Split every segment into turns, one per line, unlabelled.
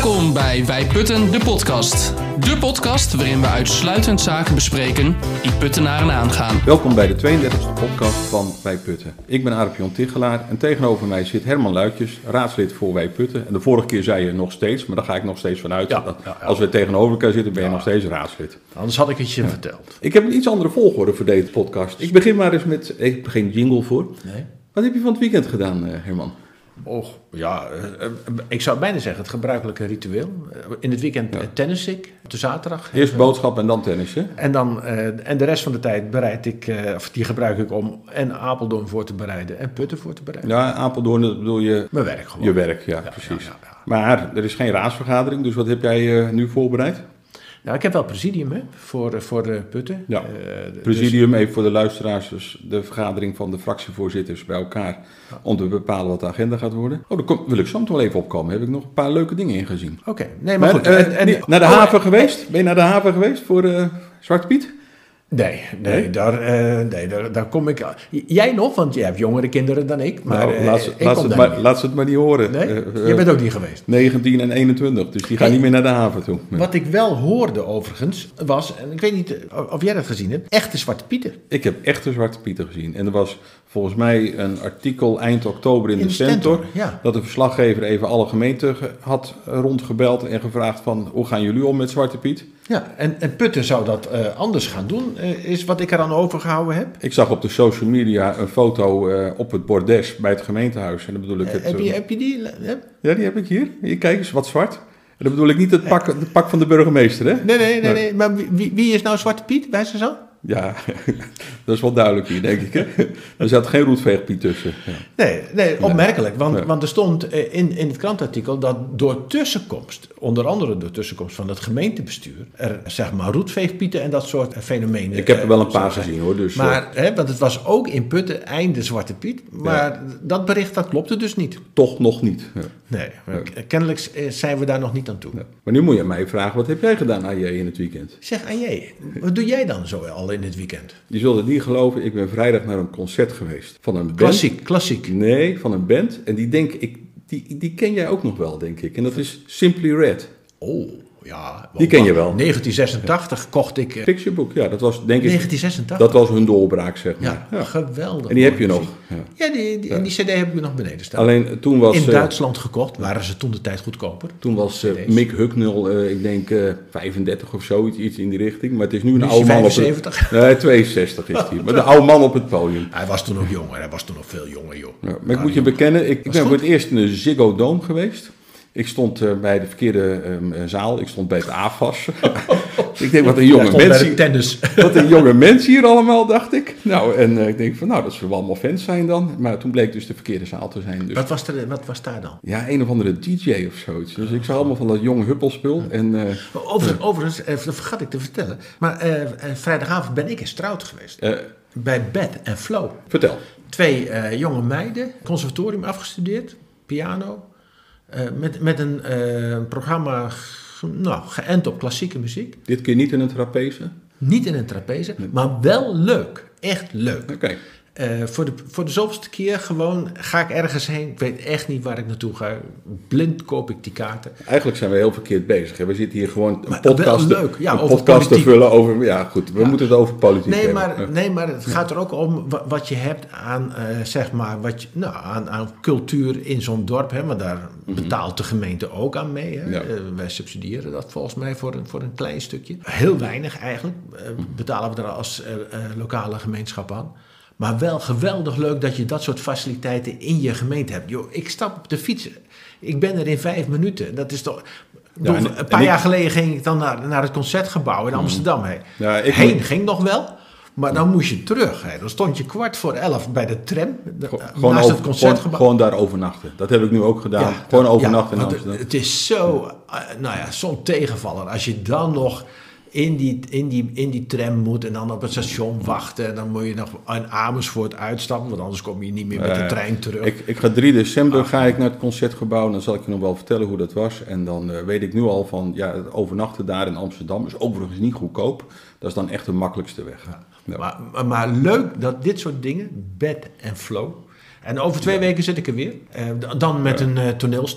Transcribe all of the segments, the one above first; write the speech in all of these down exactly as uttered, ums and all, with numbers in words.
Welkom bij Wij Putten, de podcast. De podcast waarin we uitsluitend zaken bespreken die Puttenaren aangaan.
Welkom bij de tweeëndertigste podcast van Wij Putten. Ik ben Aarop-Jan Tichelaar en tegenover mij zit Herman Luitjes, raadslid voor Wij Putten. En de vorige keer zei je nog steeds, maar daar ga ik nog steeds vanuit. Ja, ja, ja. Als we tegenover elkaar zitten, ben je ja. nog steeds raadslid.
Anders had ik het je ja. verteld.
Ik heb een iets andere volgorde voor deze podcast. Ik begin maar eens met, ik heb geen jingle voor.
Nee.
Wat heb je van het weekend gedaan, Herman?
Och, ja, uh, ik zou bijna zeggen het gebruikelijke ritueel. In het weekend ja. tennis ik, de zaterdag.
Eerst en boodschap en dan tennissen.
En, dan, uh, en de rest van de tijd bereid ik, uh, of die gebruik ik om en Apeldoorn voor te bereiden en Putten voor te bereiden.
Ja, Apeldoorn, dat bedoel je?
Mijn werk gewoon.
Je werk, ja, ja precies. Ja, ja, ja. Maar er is geen raadsvergadering, dus wat heb jij uh, nu voorbereid?
Nou, ik heb wel presidium hè, voor, voor de Putten.
Ja, uh, presidium dus... even voor de luisteraars, dus de vergadering van de fractievoorzitters bij elkaar ja. om te bepalen wat de agenda gaat worden. Oh, daar kom, wil ik zo wel even opkomen. Heb ik nog een paar leuke dingen in gezien.
Oké, okay. nee, maar, maar goed.
Uh, en, en, naar de oh, haven uh, geweest? Ben je naar de haven geweest voor uh, Zwarte Piet?
Nee, nee, nee? Daar, uh, nee daar, daar kom ik... Jij nog, want jij hebt jongere kinderen dan ik. Maar
nou, laat, ze, uh, laat, ze het maar, laat ze het maar niet horen.
Nee? Uh, je bent ook niet geweest.
negentien en eenentwintig, dus die gaan hey, niet meer naar de haven toe. Nee.
Wat ik wel hoorde overigens, was... En ik weet niet of jij dat gezien hebt. Echte Zwarte Pieten.
Ik heb echte Zwarte Pieten gezien. En er was volgens mij een artikel eind oktober in, in de Stentor... Ja. dat de verslaggever even alle gemeenten had rondgebeld en gevraagd van... hoe gaan jullie om met Zwarte Piet?
Ja, en, en Putten zou dat uh, anders gaan doen, uh, is wat ik eraan overgehouden heb.
Ik zag op de social media een foto uh, op het bordes bij het gemeentehuis. En dan bedoel ik het,
uh, heb, je, heb je die? Heb?
Ja, die heb ik hier. Hier, kijk eens, wat zwart. En dan bedoel ik niet het pak, het pak van de burgemeester, hè?
Nee, nee, nee. nee. Maar wie, wie is nou Zwarte Piet, wijs ze zo?
Ja, dat is wel duidelijk hier, denk ik. Hè? Er zat geen roetveegpiet tussen. Ja.
Nee, nee, opmerkelijk. Want, ja. want er stond in, in het krantartikel dat door tussenkomst, onder andere door tussenkomst van het gemeentebestuur, er zeg maar roetveegpieten en dat soort fenomenen.
Ik heb er wel een paar gezien hoor. Dus,
maar, hè, want het was ook in Putten einde Zwarte Piet. Maar ja. dat bericht, dat klopte dus niet.
Toch nog niet. Ja.
Nee, ja. kennelijk zijn we daar nog niet aan toe.
Ja. Maar nu moet je mij vragen, wat heb jij gedaan aan je in het weekend?
Zeg aan jij, wat doe jij dan zo al in het weekend?
Je zult het niet geloven, ik ben vrijdag naar een concert geweest. Van een band.
Klassiek, klassiek.
Nee, van een band. En die denk ik, die, die ken jij ook nog wel, denk ik. En dat is Simply Red.
Oh, ja.
Die ken je wel.
negentien zesentachtig ja. kocht ik... Uh,
Picture Book, ja, dat was denk ik...
negentien zesentachtig?
Dat was hun doorbraak, zeg maar.
Ja, ja. geweldig.
En die heb je nog.
Ja, ja, die, die, ja. en die cd heb ik nog beneden staan.
Alleen toen was...
In Duitsland uh, gekocht, waren ze toen de tijd goedkoper.
Toen was uh, Mick Hucknall, uh, ik denk uh, vijfendertig of zoiets, iets in die richting. Maar het is nu een nu oude man
vijfenzeventig?
Op het... Nee, tweeënzestig is hij. Maar de oude man op het podium.
Hij was toen nog jonger, hij was toen nog veel jonger, joh.
Ja, maar ik moet je bekennen, ik, ik ben voor het eerst in de Ziggo Dome geweest. Ik stond uh, bij de verkeerde um, zaal. Ik stond bij het A F A S. Ik denk, wat een jonge ja, mensen.
Tennis.
Wat een jonge mensen hier allemaal, dacht ik. Nou, en uh, ik denk van, nou, dat zullen wel allemaal fans zijn dan. Maar toen bleek dus de verkeerde zaal te zijn. Dus...
Wat, was er, wat was daar dan?
Ja, een of andere D J of zoiets. Dus ik zag allemaal van dat jonge huppelspul. En, uh,
Overigens, uh, overigens uh, dat vergat ik te vertellen. Maar uh, uh, vrijdagavond ben ik in Strout geweest. Uh, bij Bed en Flow.
Vertel.
Twee uh, jonge meiden, conservatorium afgestudeerd, piano... Uh, met, met een uh, programma nou, geënt op klassieke muziek.
Dit keer niet in een trapeze?
Niet in een trapeze, nee. Maar wel leuk. Echt leuk.
Oké. Okay.
Uh, voor, de, voor de zoveelste keer gewoon ga ik ergens heen. Ik weet echt niet waar ik naartoe ga. Blind koop ik die kaarten.
Eigenlijk zijn we heel verkeerd bezig. Hè? We zitten hier gewoon een
maar
podcast,
wel leuk. Ja,
een
over
podcast te vullen over... Ja, goed. We ja. moeten het over politiek
nee,
hebben.
Maar,
ja.
Nee, maar het gaat er ook om wat je hebt aan, uh, zeg maar, wat je, nou, aan, aan cultuur in zo'n dorp. Hè? Maar daar mm-hmm. betaalt de gemeente ook aan mee. Hè? Ja. Uh, wij subsidiëren dat volgens mij voor een, voor een klein stukje. Heel weinig eigenlijk. Uh, betalen we er als uh, uh, lokale gemeenschap aan. Maar wel geweldig leuk dat je dat soort faciliteiten in je gemeente hebt. Yo, ik stap op de fiets. Ik ben er in vijf minuten. Dat is toch... Ja, en, een paar jaar ik, geleden ging ik dan naar, naar het Concertgebouw in Amsterdam. Heen, ja, ik heen moet... ging nog wel. Maar dan moest je terug. Hè. Dan stond je kwart voor elf bij de tram. De,
gewoon
naast
over,
het Concertgebouw.
Gewoon, gewoon daar overnachten. Dat heb ik nu ook gedaan. Ja, gewoon overnachten ja, in Amsterdam.
Het is zo... Uh, nou ja, zo'n tegenvaller. Als je dan nog... In die, in, die, in die tram moet en dan op het station wachten. En dan moet je nog in Amersfoort uitstappen. Want anders kom je niet meer met de uh, trein terug.
Ik, ik ga drie december ah, ga ik naar het Concertgebouw. En dan zal ik je nog wel vertellen hoe dat was. En dan uh, weet ik nu al van... Ja, het overnachten daar in Amsterdam is overigens niet goedkoop. Dat is dan echt de makkelijkste weg. Ja.
Ja. Maar, maar, maar leuk dat dit soort dingen... Bed en Flow. En over twee ja. weken zit ik er weer. Uh, dan met ja. een uh, toneelstuk.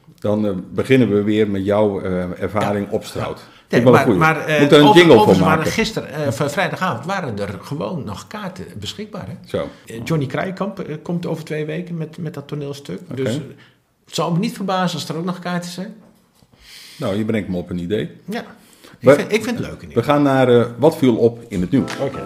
Dan uh, beginnen we weer met jouw uh, ervaring ja. op Strout.
Nee, maar maar uh,
Moet er een
over,
jingle
over
voor maken.
Waren gisteren, uh, van vrijdagavond, waren er gewoon nog kaarten beschikbaar. Hè?
Zo.
Uh, Johnny Krijkamp uh, komt over twee weken met, met dat toneelstuk.
Okay.
Dus uh, het zou me niet verbazen als er ook nog kaarten zijn.
Nou, je brengt me op een idee.
Ja, ik,
we,
vind, ik vind het leuk. In
we gaan naar uh, wat viel op in het nieuws.
Oké. Okay.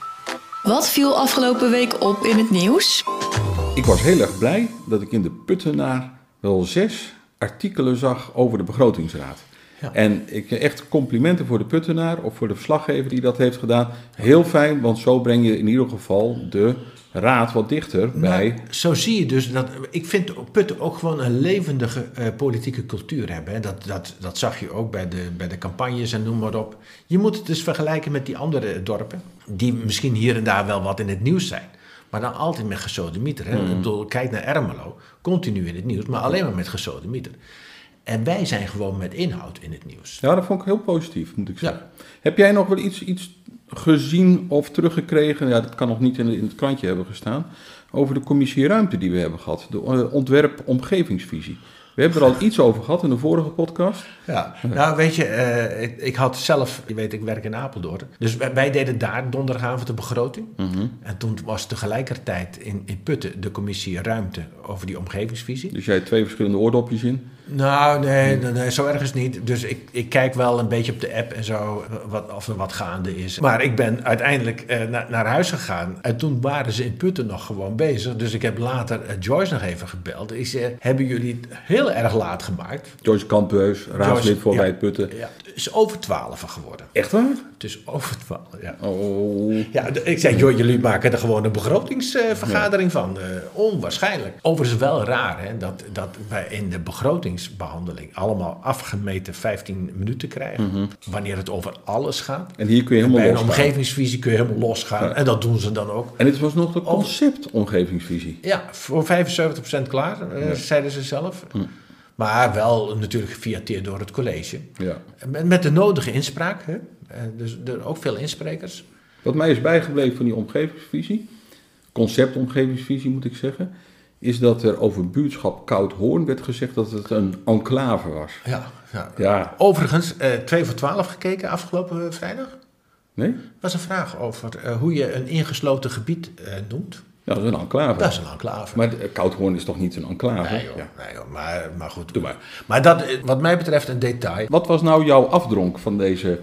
Wat viel afgelopen week op in het nieuws?
Ik was heel erg blij dat ik in de Puttenaar wel zes artikelen zag over de begrotingsraad. Ja. En ik echt complimenten voor de Puttenaar of voor de verslaggever die dat heeft gedaan. Heel fijn, want zo breng je in ieder geval de raad wat dichter nou, bij.
Zo zie je dus dat. Ik vind Putten ook gewoon een levendige uh, politieke cultuur hebben. Hè. Dat, dat, dat zag je ook bij de, bij de campagnes en noem maar op. Je moet het dus vergelijken met die andere dorpen, die misschien hier en daar wel wat in het nieuws zijn. Maar dan altijd met gesodemieter. Hè. Mm. Ik bedoel, kijk naar Ermelo, continu in het nieuws, maar alleen maar met gesodemieter. En wij zijn gewoon met inhoud in het nieuws.
Ja, dat vond ik heel positief, moet ik zeggen. Ja. Heb jij nog wel iets, iets gezien of teruggekregen, ja, dat kan nog niet in, in het krantje hebben gestaan, over de commissie Ruimte die we hebben gehad, de uh, ontwerp-omgevingsvisie. We hebben er al iets over gehad in de vorige podcast.
Ja, nou weet je, uh, ik, ik had zelf, je weet, ik werk in Apeldoorn. Dus wij, wij deden daar donderdagavond de begroting. Mm-hmm. En toen was tegelijkertijd in, in Putten de commissie Ruimte over die omgevingsvisie.
Dus jij hebt twee verschillende oordopjes in?
Nou, nee, nee, nee, zo ergens niet. Dus ik, ik kijk wel een beetje op de app en zo, wat, of er wat gaande is. Maar ik ben uiteindelijk uh, na, naar huis gegaan. En toen waren ze in Putten nog gewoon bezig. Dus ik heb later uh, Joyce nog even gebeld. Ik zei, hebben jullie het heel erg laat gemaakt?
Joyce Kampheus, raadslid voor
ja,
Wij Putten.
Ja, het is over twaalf geworden.
Echt waar?
Het is over twaalf, ja.
Oh.
Ja, ik zei, joh, jullie maken er gewoon een begrotingsvergadering uh, van. Uh, onwaarschijnlijk. Overigens wel raar, hè, dat, dat wij in de begrotingsbehandeling allemaal afgemeten vijftien minuten krijgen. Mm-hmm. Wanneer het over alles gaat.
En hier kun je helemaal
losgaan.
Bij
een omgevingsvisie kun je helemaal losgaan. Ja. En dat doen ze dan ook.
En dit was nog de concept-omgevingsvisie.
Ja, voor vijfenzeventig procent klaar, uh, ja. zeiden ze zelf. Mm. Maar wel natuurlijk gefiateerd door het college.
Ja.
Met, met de nodige inspraak. Hè? Dus er ook veel insprekers.
Wat mij is bijgebleven van die omgevingsvisie, conceptomgevingsvisie moet ik zeggen, is dat er over buurtschap Koudhoorn werd gezegd dat het een enclave was.
Ja, ja.
ja.
Overigens, uh, twee voor twaalf gekeken afgelopen uh, vrijdag.
Nee?
Er was een vraag over uh, hoe je een ingesloten gebied uh, noemt.
Ja, dat is een enclave.
Dat is een enclave.
Maar Koudhoorn is toch niet een enclave?
Nee joh,
ja.
nee, joh maar, maar goed. Doe maar. Maar dat, wat mij betreft een detail.
Wat was nou jouw afdronk van deze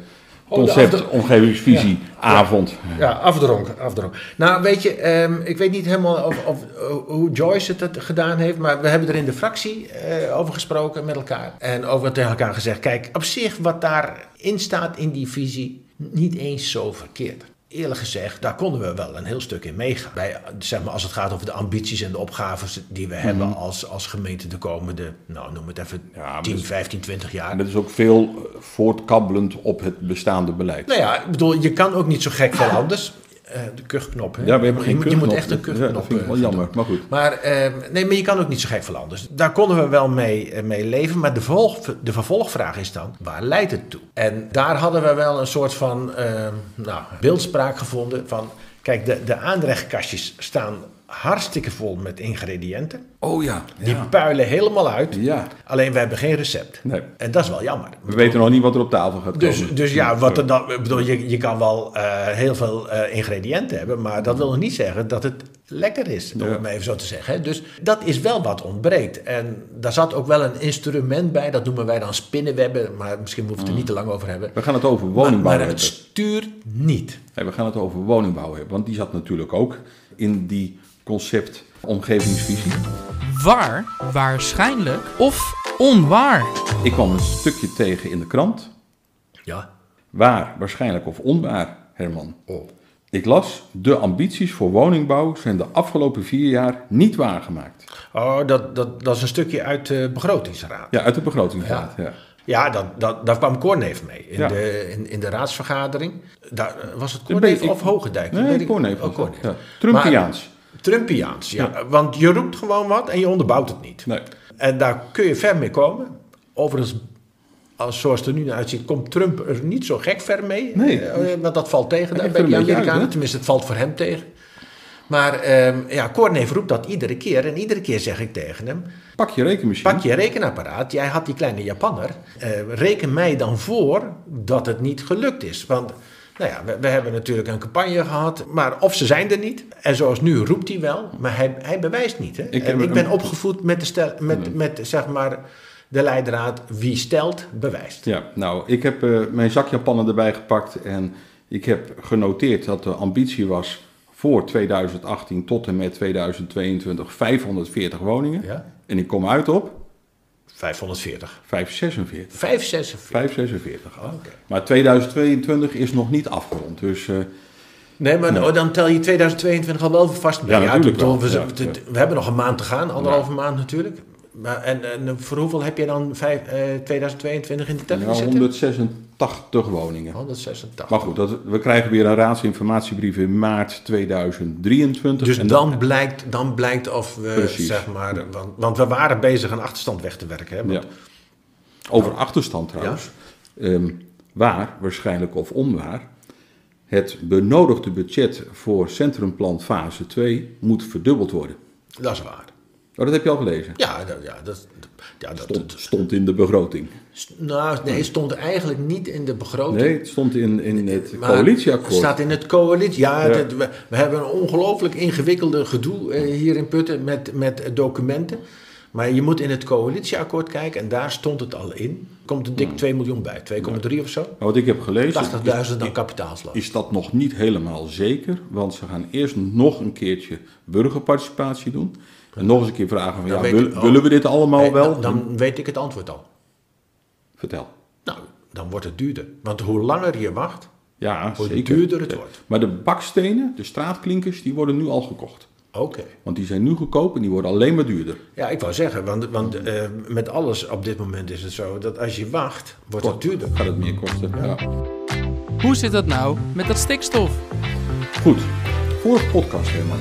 concept-omgevingsvisie-avond?
Ja, ja, afdronk, afdronk. Nou, weet je, um, ik weet niet helemaal of, of, hoe Joyce het, het gedaan heeft, maar we hebben er in de fractie uh, over gesproken met elkaar. En over tegen elkaar gezegd, kijk, op zich wat daarin staat in die visie, niet eens zo verkeerd. Eerlijk gezegd, daar konden we wel een heel stuk in meegaan. Bij, zeg maar, als het gaat over de ambities en de opgaves die we mm-hmm. hebben als, als gemeente de komende, nou noem het even, ja, tien, vijftien, twintig jaar.
En dat is ook veel voortkabbelend op het bestaande beleid.
Nou ja, ik bedoel, je kan ook niet zo gek veel anders. Uh, de kuchknop, hè?
Ja, we hebben geen
je,
kuchknop.
Je moet echt een kuchknop.
Ja, dat vind ik wel uh, jammer, maar goed.
Maar, uh, nee, maar je kan ook niet zo gek veel anders. Daar konden we wel mee, uh, mee leven. Maar de, volg, de vervolgvraag is dan, waar leidt het toe? En daar hadden we wel een soort van uh, nou, beeldspraak gevonden van, kijk, de, de aanrechtkastjes staan hartstikke vol met ingrediënten.
Oh ja.
Die
ja.
puilen helemaal uit.
Ja.
Alleen we hebben geen recept.
Nee.
En dat is wel jammer.
We bedoel, weten nog niet wat er op tafel gaat
dus,
komen.
Dus ja, wat er dan, bedoel, je, je kan wel uh, heel veel uh, ingrediënten hebben, maar dat wil nog niet zeggen dat het lekker is, om ja. het maar even zo te zeggen. Hè. Dus dat is wel wat ontbreekt. En daar zat ook wel een instrument bij, dat noemen wij dan spinnenwebben, maar misschien moeten we het er niet te lang over hebben.
We gaan het over woningbouw
maar, maar
hebben.
het stuurt niet.
Hey, we gaan het over woningbouw hebben, want die zat natuurlijk ook in die concept omgevingsvisie.
Waar, waarschijnlijk of onwaar?
Ik kwam een stukje tegen in de krant.
Ja.
Waar, waarschijnlijk of onwaar, Herman.
Oh.
Ik las, de ambities voor woningbouw zijn de afgelopen vier jaar niet waargemaakt.
Oh, dat, dat, dat is een stukje uit de begrotingsraad.
Ja, uit de begrotingsraad, ja.
ja. Ja, dat, dat, daar kwam Korneef mee in,
ja.
de, in, in de raadsvergadering. Daar, was het Korneef of Hogendijk?
Nee, Korneef.
Oh, Korneef.
Ja. Trumpiaans.
Trumpiaans, ja.
ja.
Want je roept gewoon wat en je onderbouwt het niet.
Nee.
En daar kun je ver mee komen. Overigens, als, zoals het er nu naar uitziet, komt Trump er niet zo gek ver mee.
Nee.
Uh, want dat valt tegen daar bij die Amerikanen. Uit, tenminste, het valt voor hem tegen. Maar um, ja, Korneef roept dat iedere keer. En iedere keer zeg ik tegen hem...
Pak je rekenmachine.
Pak je rekenapparaat. Jij had die kleine Japanner. Uh, reken mij dan voor dat het niet gelukt is. Want nou ja, we, we hebben natuurlijk een campagne gehad. Maar of ze zijn er niet. En zoals nu roept hij wel. Maar hij, hij bewijst niet. Hè? Ik, uh, ik ben een... opgevoed met, de stel, met, nee. met zeg maar... de leidraad, wie stelt, bewijst.
Ja, nou, ik heb uh, mijn zak Japannen erbij gepakt en ik heb genoteerd dat de ambitie was voor twintig achttien tot en met tweeduizend tweeëntwintig vijfhonderdveertig woningen. Ja. En ik kom uit op...
vijfhonderdveertig.
vijfhonderdzesenveertig.
vijfhonderdzesenveertig.
vijfhonderdzesenveertig.
Oh, okay.
Maar tweeduizend tweeëntwintig is nog niet afgerond, dus... Uh,
Nee, maar nee. dan tel je tweeduizend tweeëntwtig al wel vast bij.
Ja, natuurlijk wel.
We,
ja,
we,
ja.
we hebben nog een maand te gaan, anderhalve
ja.
maand natuurlijk. Maar, en, en voor hoeveel heb je dan vijf, uh, tweeduizend tweeëntwintig in de tent
ja,
gezet?
honderdzesentachtig woningen.
honderdzesentachtig.
Maar goed, dat, we krijgen weer een raadsinformatiebrief in maart tweeduizend drieëntwintig.
Dus
en
dan,
dat,
blijkt, dan blijkt of we,
precies.
zeg maar... Want, want we waren bezig een achterstand weg te werken. Hè? Want,
ja. Over achterstand trouwens. Ja. Um, waar, waarschijnlijk of onwaar... Het benodigde budget voor Centrumplan fase twee moet verdubbeld worden.
Dat is waar.
Oh, dat heb je al gelezen?
Ja, dat, ja, dat, ja, dat
stond, stond in de begroting.
Nou, nee, het stond eigenlijk niet in de begroting.
Nee, het stond in, in het maar coalitieakkoord. Het
staat in het coalitie. Ja, ja. Het, we, we hebben een ongelooflijk ingewikkelde gedoe uh, hier in Putten met, met documenten. Maar je moet in het coalitieakkoord kijken en daar stond het al in. Komt er dik twee miljoen bij, twee komma drie of zo.
Maar wat ik heb gelezen...
tachtigduizend aan kapitaalslag.
Is dat nog niet helemaal zeker, want ze gaan eerst nog een keertje burgerparticipatie doen. En nog eens een keer vragen van, ja, wil, ik, oh, willen we dit allemaal
nee,
wel?
Dan, dan weet ik het antwoord al.
Vertel.
Nou, dan wordt het duurder. Want hoe langer je wacht,
ja,
hoe
zeker.
duurder het wordt.
Maar de bakstenen, de straatklinkers, die worden nu al gekocht.
Oké. Okay.
Want die zijn nu goedkoop en die worden alleen maar duurder.
Ja, ik wou zeggen, want, want uh, met alles op dit moment is het zo... dat als je wacht, wordt
Kort,
het duurder.
Gaat het meer kosten, ja. ja.
Hoe zit dat nou met dat stikstof?
Goed, vorige podcast helemaal.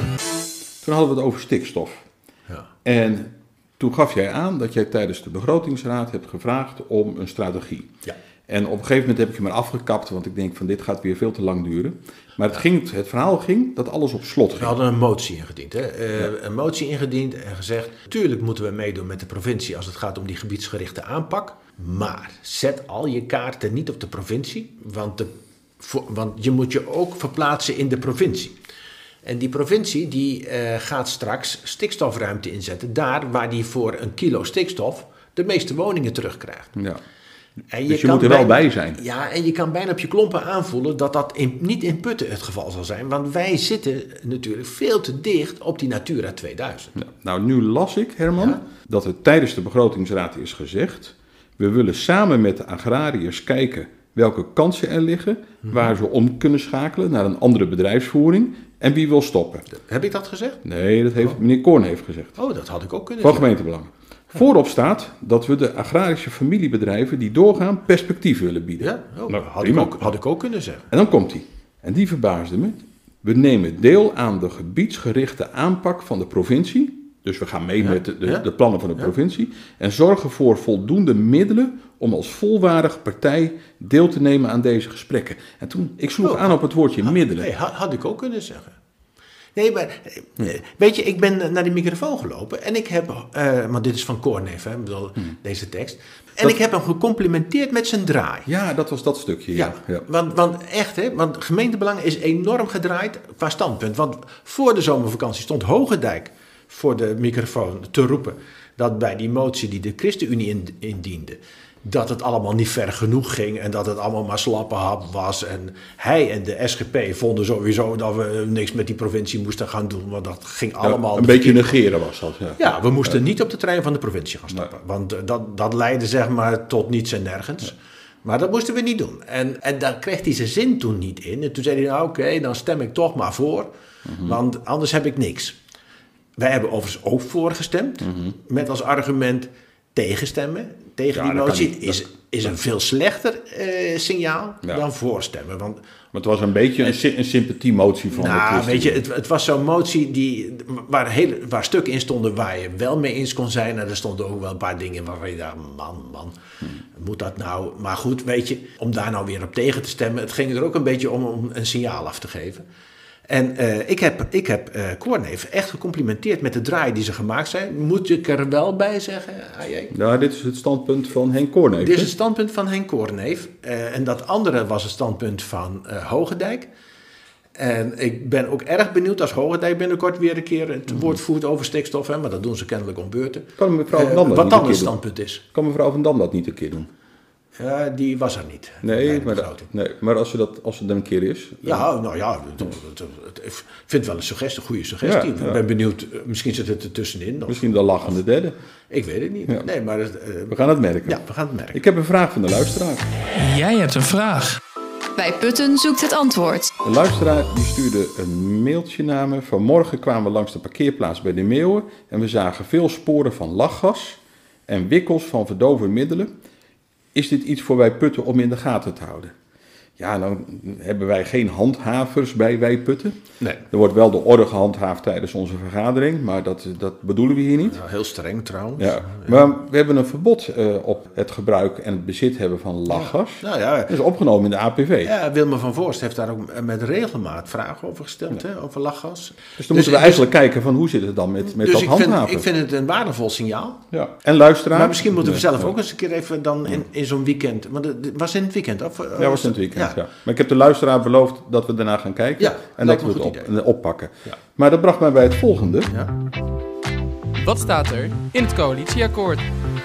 Toen hadden we het over stikstof.
Ja.
En toen gaf jij aan dat jij tijdens de begrotingsraad hebt gevraagd om een strategie.
Ja.
En op een gegeven moment heb ik je maar afgekapt, want ik denk van dit gaat weer veel te lang duren. Maar het, ging, het verhaal ging dat alles op slot ging.
We hadden een motie ingediend. Hè? Uh, ja. Een motie ingediend en gezegd, tuurlijk moeten we meedoen met de provincie als het gaat om die gebiedsgerichte aanpak. Maar zet al je kaarten niet op de provincie, want, de, voor, want je moet je ook verplaatsen in de provincie. En die provincie die uh, gaat straks stikstofruimte inzetten, daar waar die voor een kilo stikstof de meeste woningen terugkrijgt.
Ja.
En je
dus je
kan
moet er
bijna,
wel bij zijn.
Ja, en je kan bijna op je klompen aanvoelen dat dat in, niet in Putten het geval zal zijn. Want wij zitten natuurlijk veel te dicht op die Natura tweeduizend.
Ja, nou, nu las ik, Herman, ja? dat er tijdens de begrotingsraad is gezegd... we willen samen met de agrariërs kijken welke kansen er liggen... Mm-hmm. waar ze om kunnen schakelen naar een andere bedrijfsvoering... en wie wil stoppen.
Heb ik dat gezegd?
Nee, dat heeft oh. meneer Korn heeft gezegd.
Oh, dat had ik ook kunnen
Van gemeentebelangen. Voorop staat dat we de agrarische familiebedrijven die doorgaan perspectief willen bieden.
Ja, oh, nou, had, ik ook, had ik ook kunnen zeggen.
En dan komt hij. En die verbaasde me. We nemen deel aan de gebiedsgerichte aanpak van de provincie. Dus we gaan mee ja, met de, de, ja. de plannen van de ja. provincie. En zorgen voor voldoende middelen om als volwaardige partij deel te nemen aan deze gesprekken. En toen, ik sloeg oh, aan op het woordje had, middelen.
Nee, had, had ik ook kunnen zeggen. Nee, maar hm. weet je, ik ben naar die microfoon gelopen en ik heb, uh, maar dit is van Korneef, hè, bedoel, hm. deze tekst. En dat, ik heb hem gecomplimenteerd met zijn draai.
Ja, dat was dat stukje. Ja,
ja. ja. Want, want echt, hè, want gemeentebelang is enorm gedraaid qua standpunt. Want voor de zomervakantie stond Hogendijk voor de microfoon te roepen dat bij die motie die de ChristenUnie indiende, dat het allemaal niet ver genoeg ging en dat het allemaal maar slappe hap was. En hij en de S G P vonden sowieso dat we niks met die provincie moesten gaan doen, want dat ging ja, allemaal...
Een beetje negeren was dat, ja.
Ja, we moesten ja. niet op de trein van de provincie gaan stappen, nee. want dat, dat leidde zeg maar tot niets en nergens. Ja. Maar dat moesten we niet doen. En, en daar kreeg hij zijn zin toen niet in. En toen zei hij, nou oké, okay, dan stem ik toch maar voor, mm-hmm. want anders heb ik niks. Wij hebben overigens ook voorgestemd, mm-hmm. met als argument tegenstemmen. Tegen ja, die motie is, is een veel slechter uh, signaal ja. dan voorstemmen. Want,
maar het was een beetje het, een, een sympathiemotie van
nou,
de
weet je, het, het was zo'n motie die, waar, heel, waar stukken in stonden waar je wel mee eens kon zijn. En er stonden ook wel een paar dingen waarvan je dacht, man, man, hmm. moet dat nou? Maar goed, weet je, om daar nou weer op tegen te stemmen. Het ging er ook een beetje om, om een signaal af te geven. En uh, ik heb, ik heb uh, Koorneef echt gecomplimenteerd met de draai die ze gemaakt zijn. Moet ik er wel bij zeggen, A J?
Ja, dit is het standpunt van Henk Koorneef.
Dit is het standpunt van Henk Koorneef. Uh, en dat andere was het standpunt van uh, Hogendijk. En ik ben ook erg benieuwd als Hogendijk binnenkort weer een keer het mm. woord voert over stikstof. Hè, maar dat doen ze kennelijk om beurten.
Kan mevrouw Van Dam
uh,
dat
wat
niet
dan
een
het
keer
standpunt
doen?
is.
Kan mevrouw Van Dam dat niet een keer doen?
Ja, die was er niet.
Nee, maar, dat, nee maar als, ze dat, als het er een keer is... Dan...
Ja, nou ja, het, het, het, ik vind het wel een suggestie, een goede suggestie. Ja, ja. Ik ben benieuwd, misschien zit het er tussenin. Of,
misschien de lachende derde.
Ik weet het niet. Ja. Nee, maar, uh,
we gaan het merken.
Ja, we gaan het merken.
Ik heb een vraag van de luisteraar.
Jij hebt een vraag.
Bij Putten zoekt het antwoord.
De luisteraar die stuurde een mailtje naar me. Vanmorgen kwamen we langs de parkeerplaats bij de Meeuwen en we zagen veel sporen van lachgas en wikkels van verdovende middelen. Is dit iets voor Wij Putten om in de gaten te houden? Ja, dan hebben wij geen handhavers bij Wij Putten.
Nee.
Er wordt wel de orde gehandhaafd tijdens onze vergadering, maar dat, dat bedoelen we hier niet.
Ja, heel streng trouwens.
Ja. Ja. Maar we hebben een verbod uh, op het gebruik en het bezit hebben van lachgas.
Ja. Nou ja,
dat is opgenomen in de A P V.
Ja, Wilma van Voorst heeft daar ook met regelmaat vragen over gesteld, ja. hè, over lachgas.
Dus dan dus, moeten we eigenlijk dus, kijken van hoe zit het dan met, met
dus
dat
ik
handhaven.
Vind, ik vind het een waardevol signaal.
Ja. En luisteraar.
Maar misschien moeten we zelf
ja.
ook eens een keer even dan in, in zo'n weekend. Want het was in het weekend, of?
Ja, was in het weekend. Ja. Ja. Maar ik heb de luisteraar beloofd dat we daarna gaan kijken.
Ja,
en dat we het op, oppakken.
Ja.
Maar dat bracht mij bij het volgende.
Ja.
Wat staat er in het coalitieakkoord?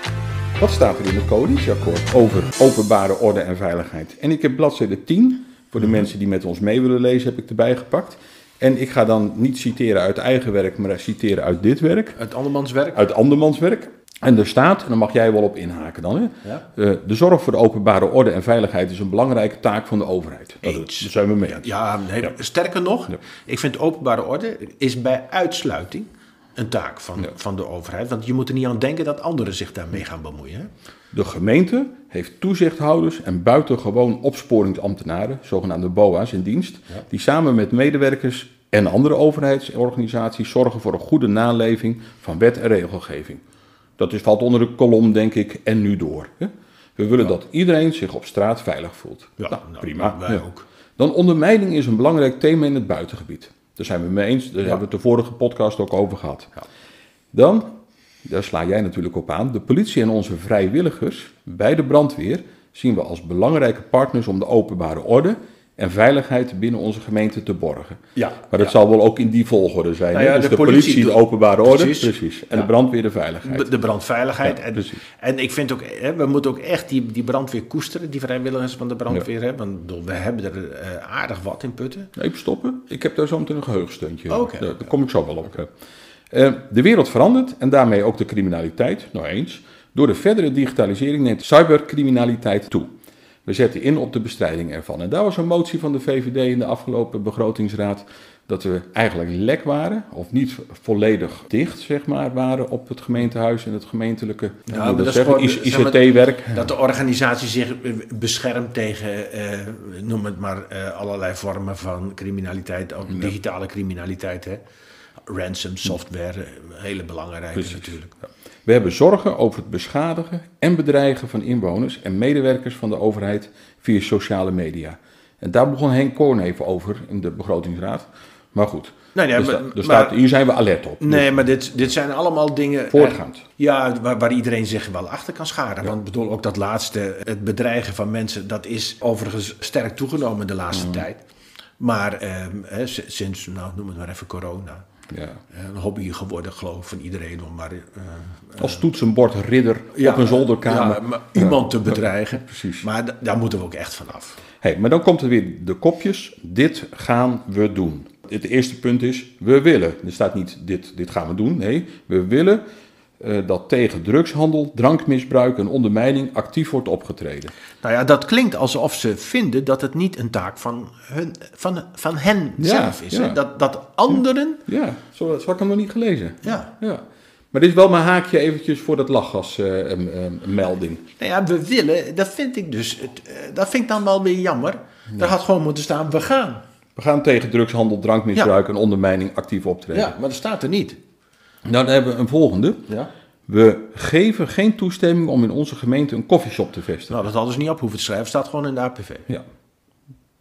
Wat staat er in het coalitieakkoord over openbare orde en veiligheid? En ik heb bladzijde tien, voor de mm-hmm. mensen die met ons mee willen lezen, heb ik erbij gepakt. En ik ga dan niet citeren uit eigen werk, maar citeren uit dit werk.
Uit andermans werk?
Uit andermans werk. En er staat, en daar mag jij wel op inhaken dan, hè?
Ja?
Uh, de zorg voor de openbare orde en veiligheid is een belangrijke taak van de overheid. Dat is, daar zijn we mee eens.
Ja, nee, ja. Sterker nog, ja. ik vind openbare orde is bij uitsluiting een taak van, ja. van de overheid. Want je moet er niet aan denken dat anderen zich daarmee gaan bemoeien. Hè?
De gemeente heeft toezichthouders en buitengewoon opsporingsambtenaren, zogenaamde B O A's, in dienst, ja. die samen met medewerkers en andere overheidsorganisaties zorgen voor een goede naleving van wet en regelgeving. Dat is, valt onder de kolom, denk ik, en nu door. Hè? We willen ja. dat iedereen zich op straat veilig voelt.
Ja,
nou,
nou,
prima.
Wij
ja.
ook.
Dan ondermijning is een belangrijk thema in het buitengebied. Daar zijn we mee eens. Daar ja. hebben we het de vorige podcast ook over gehad. Ja. Dan, daar sla jij natuurlijk op aan, de politie en onze vrijwilligers bij de brandweer zien we als belangrijke partners om de openbare orde en veiligheid binnen onze gemeente te borgen.
Ja,
maar dat
ja.
zal wel ook in die volgorde zijn.
Nou ja,
dus
de,
de
politie,
politie, de openbare orde,
precies.
precies. En
ja.
de brandweer de veiligheid.
De, de brandveiligheid.
Ja,
en, en ik vind ook, hè, we moeten ook echt die, die brandweer koesteren, die vrijwilligers van de brandweer. Ja. Hè, want bedoel, we hebben er uh, aardig wat in Putten.
Even stoppen. Ik heb daar zo meteen een geheugensteuntje.
Okay,
daar,
okay.
daar kom ik zo wel op. Okay. Uh, de wereld verandert en daarmee ook de criminaliteit, nou eens. Door de verdere digitalisering neemt cybercriminaliteit toe. We zetten in op de bestrijding ervan. En daar was een motie van de V V D in de afgelopen begrotingsraad dat we eigenlijk lek waren, of niet volledig dicht, zeg maar, waren op het gemeentehuis en het gemeentelijke
ja,
dat
dat
zeggen, I C T-werk.
Dat de organisatie zich beschermt tegen, uh, noem het maar, uh, allerlei vormen van criminaliteit, ook ja. digitale criminaliteit, hè. Ransom, software, hele belangrijke Precies. natuurlijk.
Ja. We hebben zorgen over het beschadigen en bedreigen van inwoners en medewerkers van de overheid via sociale media. En daar begon Henk Koorneef over in de begrotingsraad. Maar goed,
nee, nee,
dus
maar,
da, dus
maar,
staat, hier zijn we alert op.
Nee,
dus.
maar dit, dit zijn allemaal dingen...
Voortgaand.
Uh, ja, waar, waar iedereen zich wel achter kan scharen. Ja. Want ik bedoel, ook dat laatste, het bedreigen van mensen, dat is overigens sterk toegenomen de laatste mm. tijd. Maar uh, hè, sinds, nou noem het maar even corona...
Ja.
Een hobby geworden, geloof ik, van iedereen om maar... Uh, uh,
Als toetsenbord ridder
ja,
op een zolderkamer.
Ja, maar iemand ja. te bedreigen. Ja,
precies.
Maar d- daar moeten we ook echt vanaf.
Hey, maar dan komt er weer de kopjes. Dit gaan we doen. Het eerste punt is, we willen. Er staat niet, dit, dit gaan we doen. Nee, we willen uh, dat tegen drugshandel, drankmisbruik en ondermijning actief wordt opgetreden.
Nou ja, dat klinkt alsof ze vinden dat het niet een taak van, hun, van, van hen ja, zelf is.
Ja.
Hè? Dat, dat anderen...
Ja, zo, zo had ik hem nog niet gelezen.
Ja.
ja. Maar dit is wel mijn haakje eventjes voor dat lachgasmelding. Uh, uh,
nou ja, we willen, dat vind ik dus, uh, dat vind ik dan wel weer jammer. Ja. Er had gewoon moeten staan, we gaan.
We gaan tegen drugshandel, drankmisbruik ja. en ondermijning actief optreden.
Ja, maar dat staat er niet.
Nou, dan hebben we een volgende.
Ja.
We geven geen toestemming om in onze gemeente een koffieshop te vestigen.
Nou, dat hadden ze niet op hoeven te schrijven. Staat gewoon in de A P V.
Ja.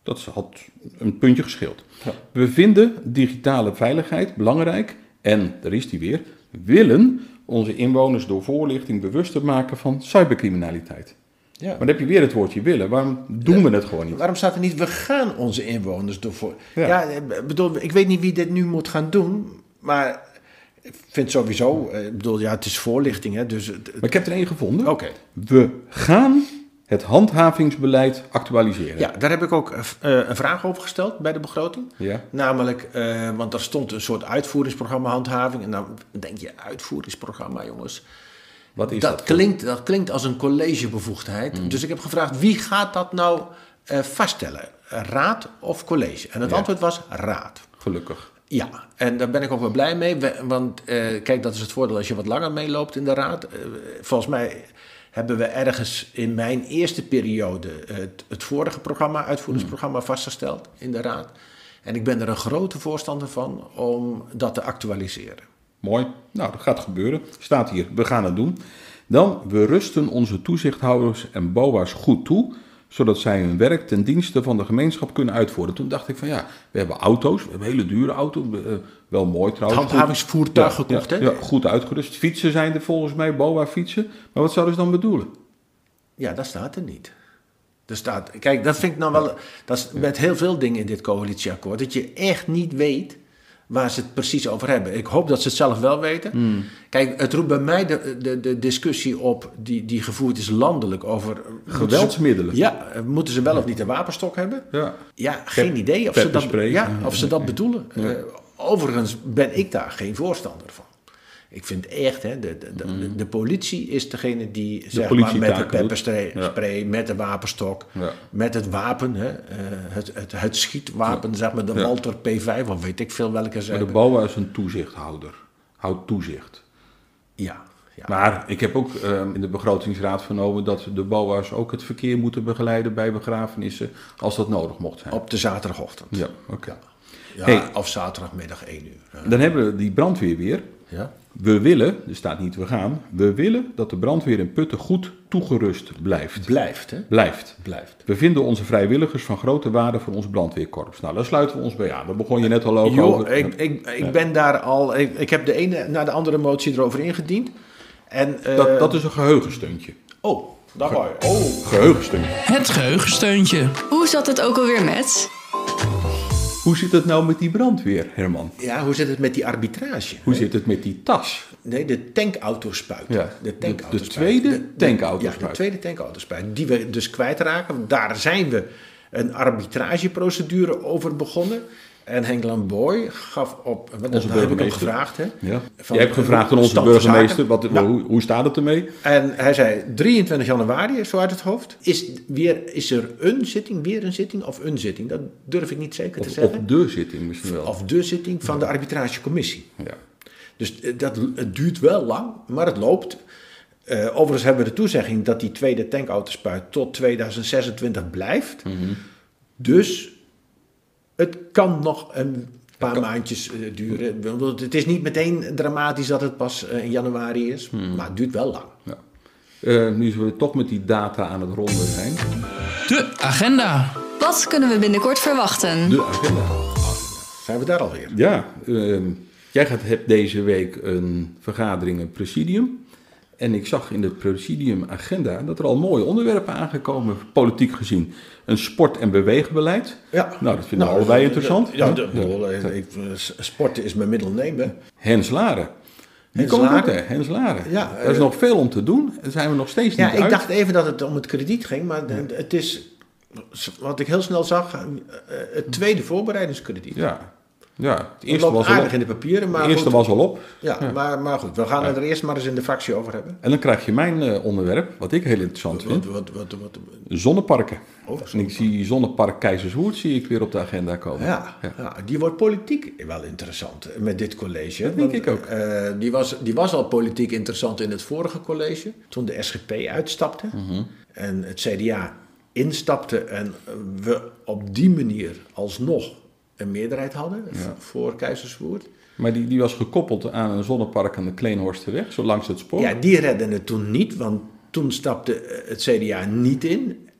Dat had een puntje gescheeld.
Ja.
We vinden digitale veiligheid belangrijk en, daar is die weer, willen onze inwoners door voorlichting bewuster maken van cybercriminaliteit.
Ja.
Maar dan heb je weer het woordje willen. Waarom doen we het gewoon niet?
Waarom staat er niet, we gaan onze inwoners door voor...
Ja.
Ja, ik bedoel, ik weet niet wie dit nu moet gaan doen, maar ik vind sowieso, ik bedoel, ja, het is voorlichting, hè, dus... Het,
Maar ik heb er één gevonden.
Oké.
We gaan het handhavingsbeleid actualiseren.
Ja, daar heb ik ook uh, een vraag over gesteld bij de begroting.
Ja.
Namelijk, uh, want er stond een soort uitvoeringsprogramma handhaving. En dan denk je, uitvoeringsprogramma, jongens.
Wat is
dat,
dat?
Klinkt, dat klinkt als een collegebevoegdheid.
Mm.
Dus ik heb gevraagd, wie gaat dat nou uh, vaststellen? Raad of college? En het
Ja.
antwoord was raad.
Gelukkig.
Ja, en daar ben ik ook wel blij mee. Want uh, kijk, dat is het voordeel als je wat langer meeloopt in de raad. Uh, volgens mij hebben we ergens in mijn eerste periode het, het vorige programma, uitvoeringsprogramma, vastgesteld in de raad. En ik ben er een grote voorstander van om dat te actualiseren.
Mooi. Nou, dat gaat gebeuren. Staat hier, we gaan het doen. Dan, we rusten onze toezichthouders en B O A's goed toe, zodat zij hun werk ten dienste van de gemeenschap kunnen uitvoeren. Toen dacht ik van ja, we hebben auto's, we hebben hele dure auto's, uh, wel mooi trouwens.
Handhavingsvoertuig
Ja,
gekocht,
ja,
hè?
Ja, goed uitgerust. Fietsen zijn er volgens mij, B O A fietsen. Maar wat zouden ze dan bedoelen?
Ja, dat staat er niet. Er staat, kijk, dat vind ik nou wel, dat is met heel veel dingen in dit coalitieakkoord, dat je echt niet weet waar ze het precies over hebben. Ik hoop dat ze het zelf wel weten.
Mm.
Kijk, het roept bij mij de, de, de discussie op die, die gevoerd is landelijk over
geweldsmiddelen.
Ze, ja, moeten ze wel of niet een wapenstok hebben?
Ja,
Ja, geen
Pep,
idee of ze dat,
pepperspray.
ja, of ze dat bedoelen.
Ja.
Uh, overigens ben ik daar geen voorstander van. Ik vind echt, hè, de, de, de, de politie is degene die zeg maar, met de pepperspray,
ja.
spray, met de wapenstok,
Ja.
met het wapen, hè, uh, het, het, het schietwapen, ja. zeg maar de
Ja.
Walter P vijf, of weet ik veel welke ze
maar de
hebben.
B O A is een toezichthouder. Houdt toezicht.
Ja, ja.
Maar ik heb ook uh, in de begrotingsraad vernomen dat de B O A's ook het verkeer moeten begeleiden bij begrafenissen als dat nodig mocht zijn.
Op de zaterdagochtend.
Ja, oké. Okay.
Ja,
Hey.
of zaterdagmiddag één uur. Ja.
Dan hebben we die brandweer weer.
Ja.
We willen, er staat niet we gaan, we willen dat de brandweer in Putten goed toegerust blijft.
Blijft, hè?
Blijft.
Blijft.
We vinden onze vrijwilligers van grote waarde voor ons brandweerkorps. Nou, daar sluiten we ons bij aan. Daar begon je net al over.
Jo, ik, ik, ik ja. ben daar al, ik, ik heb de ene na de andere motie erover ingediend. En, uh,
dat, dat is een geheugensteuntje.
Oh, daar ga je. Oh.
Geheugensteuntje.
Het geheugensteuntje.
Hoe zat het ook alweer met?
Hoe zit het nou met die brandweer, Herman?
Ja, hoe zit het met die arbitrage?
Hoe zit het met die tas?
Nee, de tankautospuit.
Ja,
de, tankauto
de, de tweede tankautospuit.
Ja, de tweede tankautospuit. Die we dus kwijtraken. Daar zijn we een arbitrageprocedure over begonnen. En Henk Lamboy gaf op... Dat
onze
heb ik ook
burgemeester.
gevraagd. Hè,
ja.
van,
Jij hebt gevraagd aan onze
stand van
burgemeester,
zaken.
wat,
Ja.
hoe, hoe staat het ermee?
En hij zei drieëntwintig januari, zo uit het hoofd, is, weer, is er een zitting, weer een zitting of een zitting? Dat durf ik niet zeker te
Of,
zeggen.
of de zitting misschien wel.
Of de zitting van de arbitragecommissie.
Ja.
Dus dat, het duurt wel lang, maar het loopt. Uh, overigens hebben we de toezegging dat die tweede tankautospuit tot tweeduizend zesentwintig blijft.
Mm-hmm.
Dus het kan nog een paar kan. maandjes uh, duren. Het is niet meteen dramatisch dat het pas uh, in januari is, mm. maar het duurt wel lang.
Ja. Uh, nu zullen we toch met die data aan het ronden zijn.
De agenda.
Wat kunnen we binnenkort verwachten?
De agenda.
Zijn we daar alweer?
Ja, uh, jij gaat, hebt deze week een vergadering, een presidium. En ik zag in de presidiumagenda dat er al mooie onderwerpen aangekomen, politiek gezien. Een sport- en beweegbeleid.
Ja.
Nou, dat vinden we nou, allebei interessant.
Ja, de, de, ik, sporten is mijn middelneem.
Hens Laren. Die
Hens
komt
Laren?
goed, hè? Hens Laren.
Ja,
er is uh, nog veel om te doen. Daar zijn we nog steeds
ja,
niet
ik
uit.
dacht even dat het om het krediet ging, maar ja. het is, wat ik heel snel zag, het tweede voorbereidingskrediet.
Ja. Ja, het
het
eerste was
aardig
al op.
in de papieren, maar
Het eerste
goed.
was al op.
Ja, ja. Maar, maar goed, we gaan ja. er eerst maar eens in de fractie over hebben.
En dan krijg je mijn uh, onderwerp, wat ik heel interessant
wat,
vind.
Wat, wat, wat, wat,
zonneparken.
Oh,
en ik zie Zonnepark Keizerswoerd zie ik weer op de agenda komen.
Ja, ja. ja, die wordt politiek wel interessant met dit college.
Dat denk
want,
ik ook.
Uh, die, was, die was al politiek interessant in het vorige college, toen de S G P uitstapte.
Mm-hmm.
En het C D A instapte en we op die manier alsnog een meerderheid hadden ja. voor Keizerswoerd.
Maar die, die was gekoppeld aan een zonnepark aan de Kleinhorsterweg, zo langs het spoor.
Ja, die redden het toen niet, want toen stapte het C D A niet in.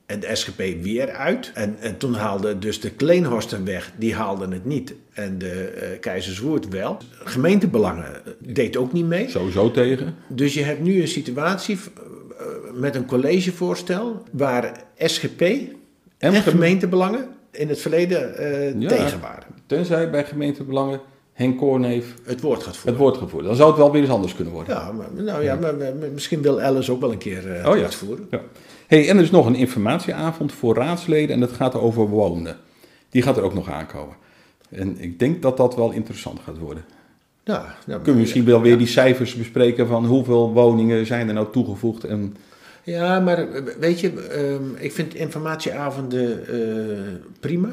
En de S G P weer uit. En, en toen haalde dus de Kleinhorsten weg. Die haalden het niet. En de uh, Keizerswoerd wel. Gemeentebelangen deed ook niet mee.
Sowieso tegen.
Dus je hebt nu een situatie uh, met een collegevoorstel waar S G P en, en gemeentebelangen in het verleden uh, ja, tegen waren.
Tenzij bij gemeentebelangen Henk Koorneef
het woord gaat voeren.
Het woord gaat voeren. Dan zou het wel weer eens anders kunnen worden.
Ja, maar, nou ja, maar, maar, misschien wil Alice ook wel een keer uh, het
oh,
woord
ja.
voeren.
Ja. Hey, en er is nog een informatieavond voor raadsleden en dat gaat over wonen. Die gaat er ook nog aankomen. En ik denk dat dat wel interessant gaat worden.
Ja, ja,
Kunnen we misschien wel weer ja. die cijfers bespreken van hoeveel woningen zijn er nou toegevoegd en...
Ja, maar weet je, um, ik vind informatieavonden uh, prima.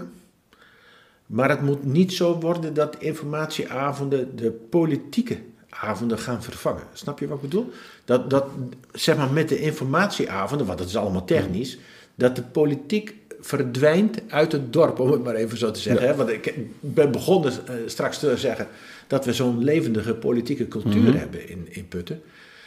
Maar het moet niet zo worden dat informatieavonden de politieke avonden gaan vervangen. Snap je wat ik bedoel? Dat, dat zeg maar met de informatieavonden, want dat is allemaal technisch, dat de politiek verdwijnt uit het dorp, om het maar even zo te zeggen. Ja. Hè? Want ik ben begonnen uh, straks te zeggen dat we zo'n levendige politieke cultuur mm-hmm. hebben in, in Putten.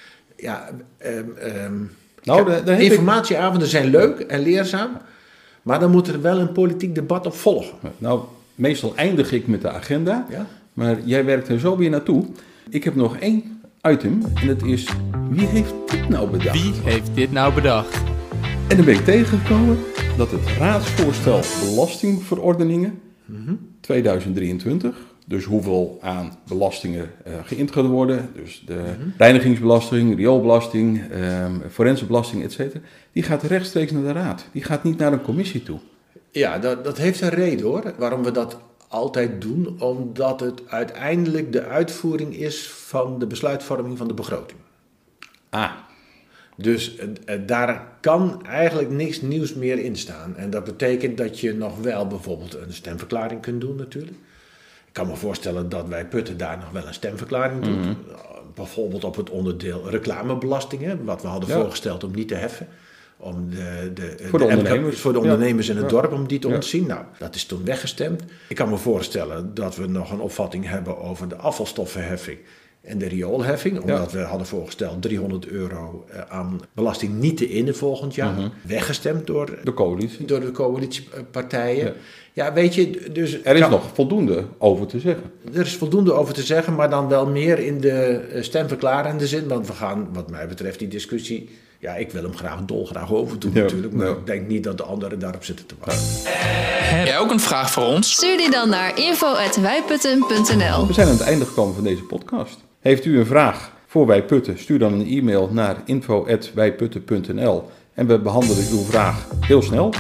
Ja, um, um,
nou, de, de
informatieavonden ik... zijn leuk en leerzaam, maar dan moet er wel een politiek debat op volgen.
Nou, meestal eindig ik met de agenda, ja? Maar jij werkt er zo weer naartoe. Ik heb nog één item en dat is, wie heeft dit nou bedacht?
Wie heeft dit nou bedacht?
En dan ben ik tegengekomen dat het raadsvoorstel belastingverordeningen mm-hmm. tweeduizend drieëntwintig, dus hoeveel aan belastingen uh, geïnd gaat worden, dus de mm-hmm. reinigingsbelasting, rioolbelasting, um, forensenbelasting, et cetera, die gaat rechtstreeks naar de raad. Die gaat niet naar een commissie toe.
Ja, dat, dat heeft een reden hoor, waarom we dat altijd doen, omdat het uiteindelijk de uitvoering is van de besluitvorming van de begroting.
Ah.
Dus uh, daar kan eigenlijk niks nieuws meer in staan. En dat betekent dat je nog wel bijvoorbeeld een stemverklaring kunt doen natuurlijk. Ik kan me voorstellen dat wij Putten daar nog wel een stemverklaring doen. Mm-hmm. Uh, bijvoorbeeld op het onderdeel reclamebelastingen, wat we hadden ja. voorgesteld om niet te heffen. Om de, de,
voor de,
de
ondernemers,
voor de ondernemers ja. in het
ja.
dorp, om die te
ja.
ontzien. Nou, dat is toen weggestemd. Ik kan me voorstellen dat we nog een opvatting hebben over de afvalstoffenheffing en de rioolheffing. Omdat ja. we hadden voorgesteld driehonderd euro aan belasting niet te innen volgend jaar. Mm-hmm. Weggestemd door
de coalitie.
Door de coalitiepartijen. Ja. ja, weet je, dus...
Er is kan, nog voldoende over te zeggen.
Er is voldoende over te zeggen, maar dan wel meer in de stemverklarende zin. Want we gaan, wat mij betreft, die discussie... Ja, ik wil hem graag dolgraag overdoen ja, natuurlijk, maar ja. ik denk niet dat de anderen daarop zitten te wachten.
Heb jij ook een vraag voor ons?
Stuur die dan naar info at wijputten punt n l.
We zijn aan het einde gekomen van deze podcast. Heeft u een vraag voor Wij Putten? Stuur dan een e-mail naar info at wijputten punt n l en we behandelen uw vraag heel snel.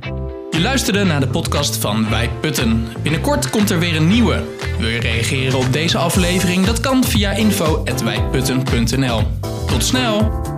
Je luisterde naar de podcast van Wij Putten. Binnenkort komt er weer een nieuwe. Wil je reageren op deze aflevering? Dat kan via info at wijputten punt n l. Tot snel!